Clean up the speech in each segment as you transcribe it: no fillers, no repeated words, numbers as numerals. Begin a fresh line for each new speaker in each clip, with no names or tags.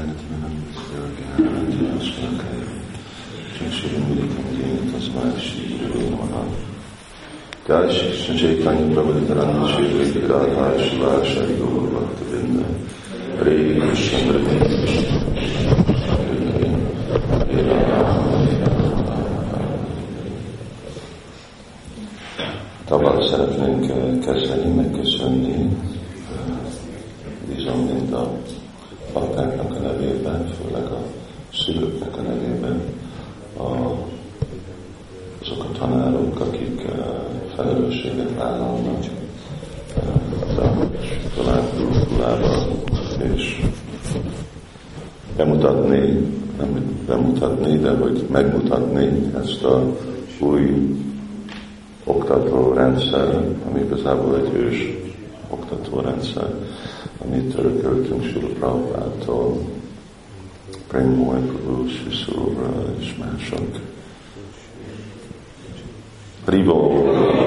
Jai Shri Krishna Chaitanya Prabhu Nityananda Shri Radha Shiva Shri Gaur Bhaktavinda Hare Krishna Hare Tovább szeretnénk kezdeni, megköszönni, bízom mind a baktáknak a nevében, főleg a szülőknek a nevében, azok a tanárok, akik felelősséget vállalnak a Gurukulában, és nem bemutatni, de hogy megmutatni ezt a új oktatórendszer, ami igazából egy ős oktatórendszer, amit örököltünk Srila Prabhupádtól, Premmoy Prabhu, Srisura és mások. Rivo,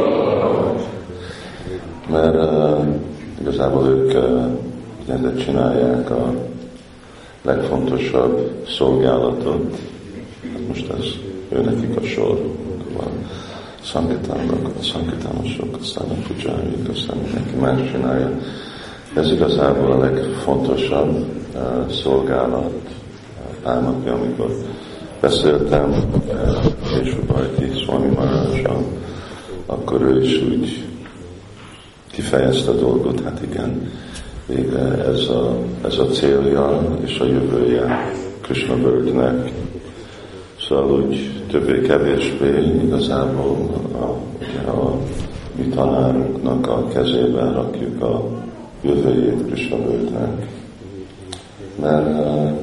mert igazából ők ezeket csinálják a legfontosabb szolgálatot. Hát most ez nekik a sor, a szankitánok, a szankitánusok, aztán a pujárik, aztán mindenki más csinálja. Ez igazából a legfontosabb szolgálat. Pár napja, amikor beszéltem Késubajti Swami Maharajjal, akkor ő is úgy kifejezte a dolgot, hát igen, végre ez a célja és a jövője Krishna völgynek. Szóval úgy többé-kevésbé igazából a mi tanárunknak a kezében rakjuk a jövőjét Krishna völgynek. Mert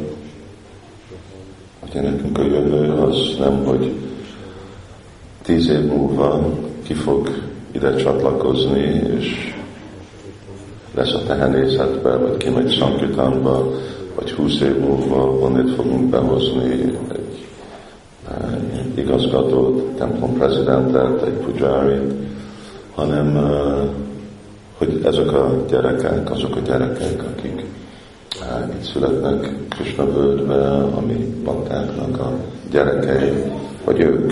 ugye nekünk a jövő az nem, hogy 10 év múlva ki fog ide csatlakozni, és lesz a tehenészetbe, vagy kimegy Sankirtánba, vagy 20 év múlva onnét fogunk behozni egy igazgatót, templom prezidentet, egy pujárit, hanem hogy ezek a gyerekek, azok a gyerekek, akik itt születnek Krishna völgybe, ami baktáknak a gyerekei, vagy ők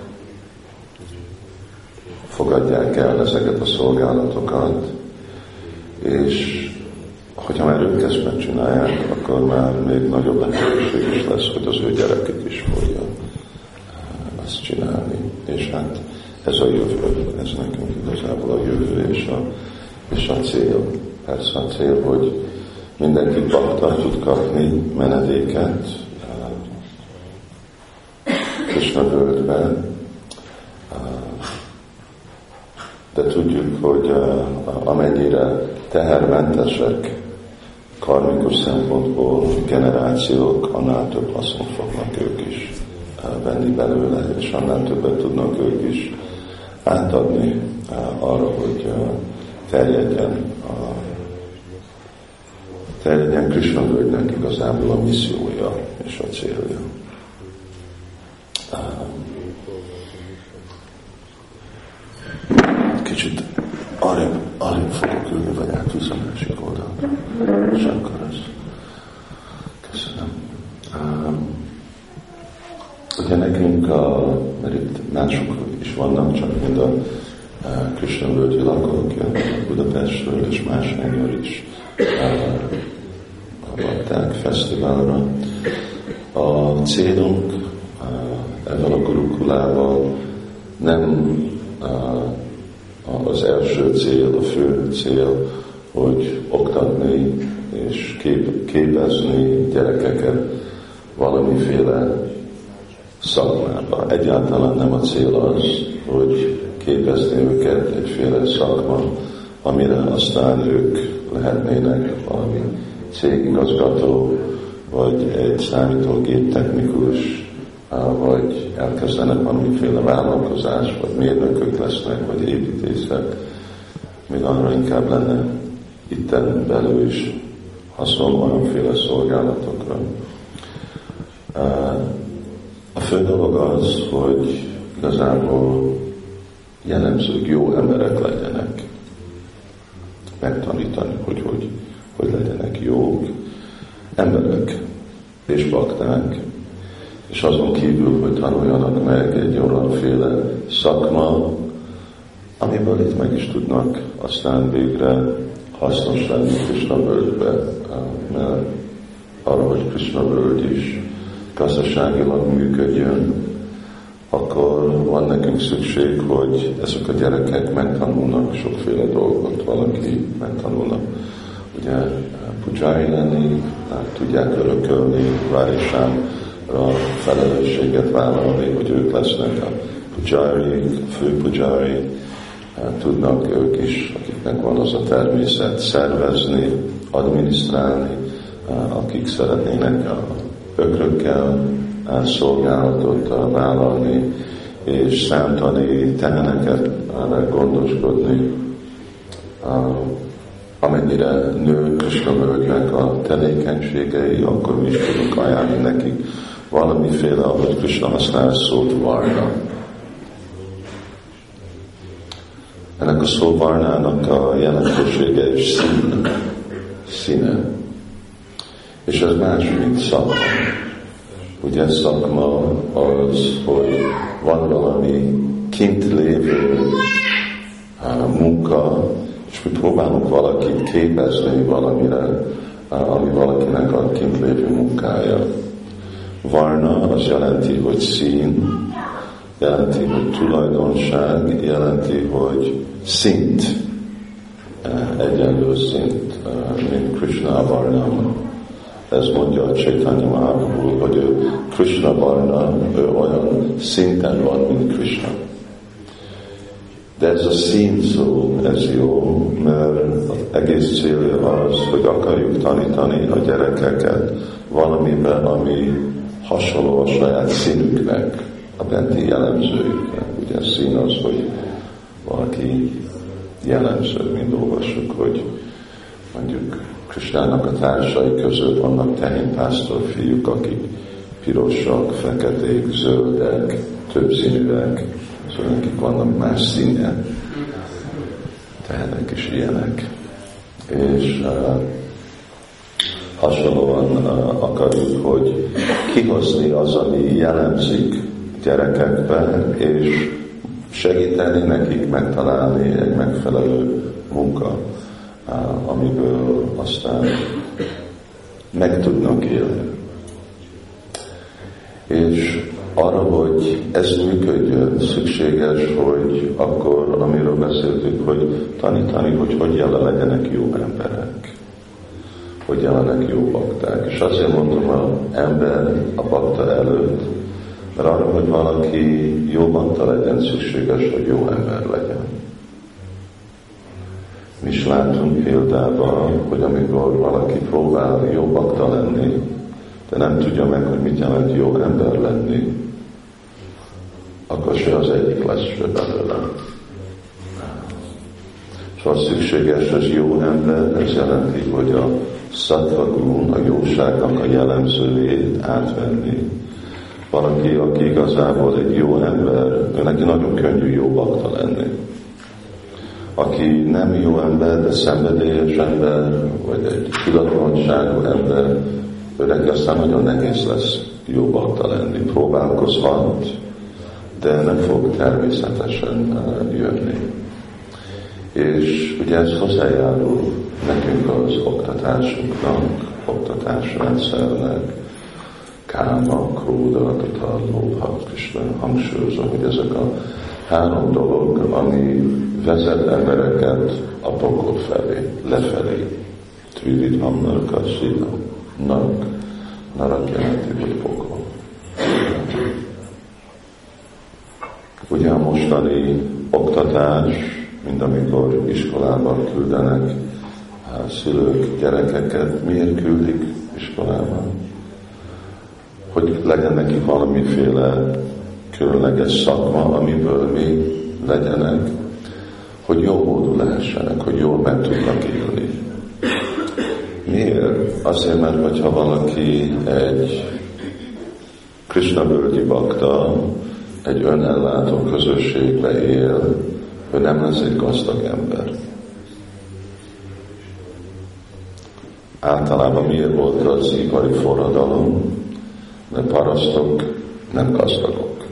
fogadják el ezeket a szolgálatokat, és hogyha már ők ezt megcsinálják, akkor már még nagyobb lehetőség is lesz, hogy az ő gyerekük is fogja azt csinálni. És hát ez a jövő, ez nekünk igazából a jövő és a cél. Persze a cél, hogy mindenki bakta tud kapni menedéket Krishna völgyben, de tudjuk, hogy amennyire tehermentesek karmikus szempontból generációk, annál több haszont fognak ők is venni belőle, és annál többet tudnak ők is átadni arra, hogy terjedjen Krishna völgynek igazából a missziója és a célja. Kicsit arrébb fogok ülni, vagy áthúzom a másik oldalra. Sankar, köszönöm. Ugye nekünk, mert itt mások is vannak, csak mind a Krishna völgyi lakók, Budapestről és más helyről is adták fesztiválra. A célunk ezzel a Gurukulával nem az első cél, a fő cél, hogy oktatni és képezni gyerekeket valamiféle szakmába. Egyáltalán nem a cél az, hogy képezni őket egyféle szakma, amire aztán ők lehetnének valami cégigazgató, vagy egy számítógép technikus, vagy elkezdenek valamiféle vállalkozás, vagy mérnökök lesznek, vagy építészek. Még arra inkább lenne itten belül is hasznom olyanféle szolgálatokra. A fő dolog az, hogy igazából jellemzők jó emberek legyenek. Megtanítani, hogy legyenek jók emberek. és bakták, és azon kívül, hogy tanuljanak meg egy olyanféle szakma, amiből itt meg is tudnak aztán végre hasznos lenni Krishna völgybe, mert arra, hogy Krishna völgy is gazdaságilag működjön, akkor van nekünk szükség, hogy ezek a gyerekek megtanulnak sokféle dolgot, valaki megtanulnak ugye pujári lenni, tudják örökölni, várisámra felelősséget vállalni, hogy ők lesznek a pujári, fő pujári, tudnak ők is, akiknek van az a természet szervezni, adminisztrálni, akik szeretnének a ökrökkel szolgálatot vállalni, és szántani, teheneket gondoskodni. Amennyire nő Krishna völgynek a tevékenységei, akkor mi is tudunk ajánlani nekik valamiféle, ahogy Krishna használ szót varna. Ennek a szó varnának a jelentősége és színe. És ez más, mint szakma. Ugye szakma az, hogy van valami kint lévő munka, és mi próbálunk valakit képezni valamire, ami valakinek a kint lévő munkája. Varna az jelenti, hogy szín, jelenti, hogy tulajdonság, jelenti, hogy szint, egyenlő szint, mint Krishna Varnam. Ez mondja a Chaitanya Mahaprabhu, hogy ő Krishna Varna, ő olyan szinten van, mint Krishna. De ez a szín szó, ez jó, mert az egész célja az, hogy akarjuk tanítani a gyerekeket valamiben, ami hasonló a saját színüknek, a benti jellemzőjüknek. Ugye szín az, hogy valaki jellemző, mint olvassuk, hogy mondjuk Krisnának a társai között vannak tehénpásztor fiúk, akik pirosak, feketék, zöldek, többszínűek, szóval nekik vannak más színe, tehenek is ilyenek. És hasonlóan akarjuk, hogy kihozni az, ami jellemzik gyerekekbe, és segíteni nekik megtalálni egy megfelelő munka, amiből aztán meg tudnak élni. És arra, hogy ez működjön, szükséges, hogy akkor, amiről beszéltünk, hogy tanítani, hogy jelen legyenek jó emberek, hogy jelenek jó bakták. És azért mondom az ember a bakta előtt, mert arra, hogy valaki jó bakta legyen, szükséges, hogy jó ember legyen. Mi is látunk példában, hogy amikor valaki próbál jó bakta lenni, de nem tudja meg, hogy mit jelent jó ember lenni, akkor se az egyik lesz se belőle. Szóval szükséges az jó ember, ez jelenti, hogy a sattva-gún, a jóságnak a jellemzőjét átvenni. Valaki, aki igazából egy jó ember, neki nagyon könnyű jó bakta lenni. Aki nem jó ember, de szenvedélyes ember, vagy egy tudatlanságú ember, ő neki aztán nagyon nehéz lesz jó bakta lenni. Próbálkozhat, de nem fog természetesen jönni. És ugye ez hozzájárul nekünk az oktatásunknak, oktatásrendszernek, káma, króda, tata, lóbha, Krishna hangsúlyozom, hogy ezek a három dolog, ami vezet embereket a pokol felé, lefelé. Tvividham narka szidam. Narak jelenti, hogy pokol. Ugye a mostani oktatás, mint amikor iskolában küldenek szülők gyerekeket, miért küldik iskolában? Hogy legyen neki valamiféle különleges szakma, amiből mi legyenek, hogy jó módú lehessenek, hogy jól meg tudnak élni. Miért? Azért, mert hogyha valaki egy Krishna völgyi bakta, egy önellátó közösségbe él, ő nem lesz egy gazdag ember. általában miért volt az ipari forradalom? Mert parasztok nem gazdagok.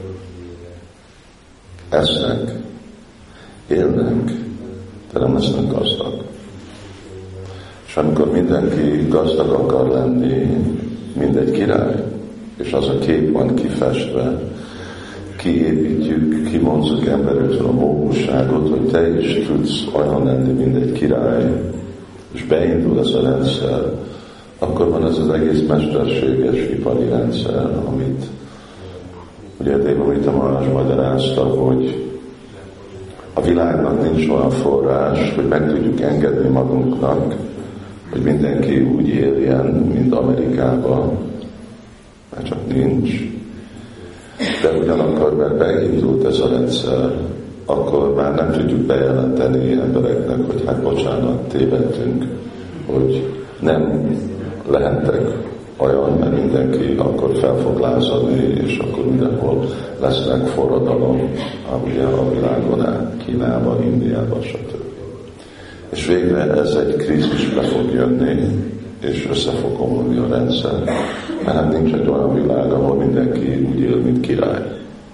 Esznek, élnek, de nem lesznek gazdag. És amikor mindenki gazdag akar lenni, mint egy király, és az a kép van kifestve, kiépítjük, kivonzuk emberektől a mókusságot, hogy te is tudsz olyan lenni, mint egy király, és beindul ez a rendszer, akkor van ez az egész mesterséges ipari rendszer, amit ugye Devamrita Maharaj magyarázta, hogy a világnak nincs olyan forrás, hogy meg tudjuk engedni magunknak, hogy mindenki úgy éljen, mint Amerikában, mert csak nincs. De ugyanakkor, mert beindult ez a rendszer, akkor már nem tudjuk bejelenteni embereknek, hogy hát bocsánat, tévedtünk, hogy nem lehettek olyan, mert mindenki akkor fel fog lázadni, és akkor mindenhol lesznek forradalom, ugye a világon át, Kínában, Indiában, stb. És végre ez egy krízisbe fog jönni, és össze fog omlani a rendszer, mert nincs egy olyan világ, ahol mindenki úgy él, mint király.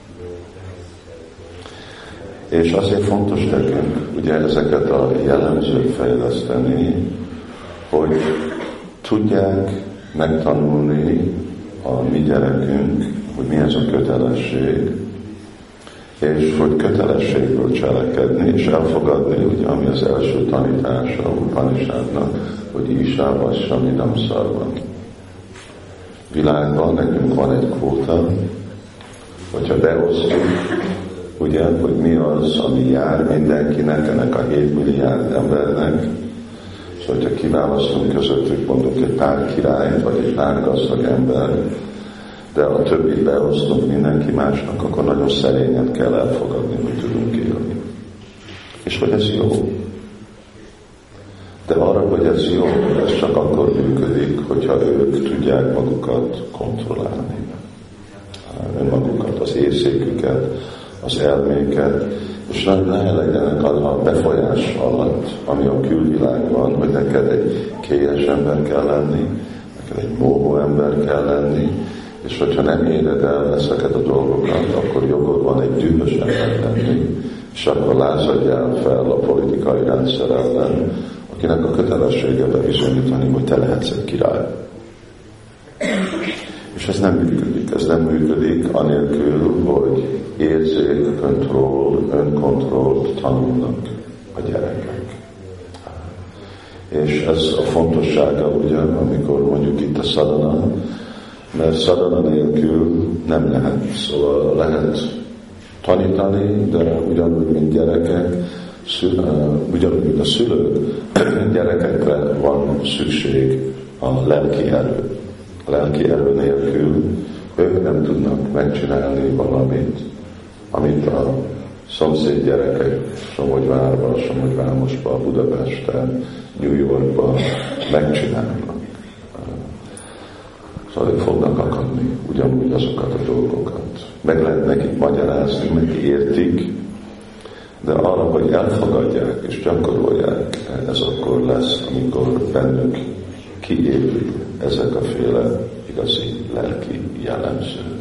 És azért fontos nekünk ugye ezeket a jellemzők fejleszteni, hogy tudják megtanulni a mi gyerekünk, hogy mi ez a kötelesség, és hogy kötelességből cselekedni, és elfogadni, ugye, ami az első tanítása a Upanishadnak, hogy Isávassa Midam Sarvam. Világban nekünk van egy kvóta, hogyha beosztjuk, ugye, hogy mi az, ami jár mindenkinek, ennek a 7 milliárd embernek, és hogyha kiválasztunk közöttük mondjuk egy pár királyt, vagy egy pár gazdag ember, de a többit beosztunk mindenki másnak, akkor nagyon szerényen kell elfogadni, hogy tudunk élni. És hogy ez jó. De arra, hogy ez jó, ez csak akkor működik, hogyha ők tudják magukat kontrollálni. Önmagukat, az érzéküket, az elméket, és ne legyenek a befolyás alatt, ami a külvilágban, hogy neked egy kélyes ember kell lenni, neked egy móhó ember kell lenni, és hogyha nem éred el ezeket a dolgokat, akkor jogod van egy dühös ember lenni, és akkor lázadjál fel a politikai rendszer ellen, akinek a kötelessége bebizonyítani, hogy te lehetsz egy király. És ez nem működik anélkül, hogy érzék, önkontrollt tanulnak a gyerekek. És ez a fontossága, ugye, amikor mondjuk itt a szadana, mert szadana nélkül nem lehet, szóval lehet tanítani, de ugyanúgy, mint gyerekek, ugyanúgy, mint a szülők, gyerekekre van szükség a lelki erő. A lelki erő nélkül ők nem tudnak megcsinálni valamit, amit a szomszéd gyerekek Somogyvárban, Somogyvámosban, Budapesten, New Yorkban megcsinálnak. Szóval ők fognak akadni ugyanúgy azokat a dolgokat. Meg lehet nekik magyarázni, meg értik, de arra, hogy elfogadják és gyakorolják, ez akkor lesz, amikor bennük kiépül ezek a féle igazi lelki jellemzők.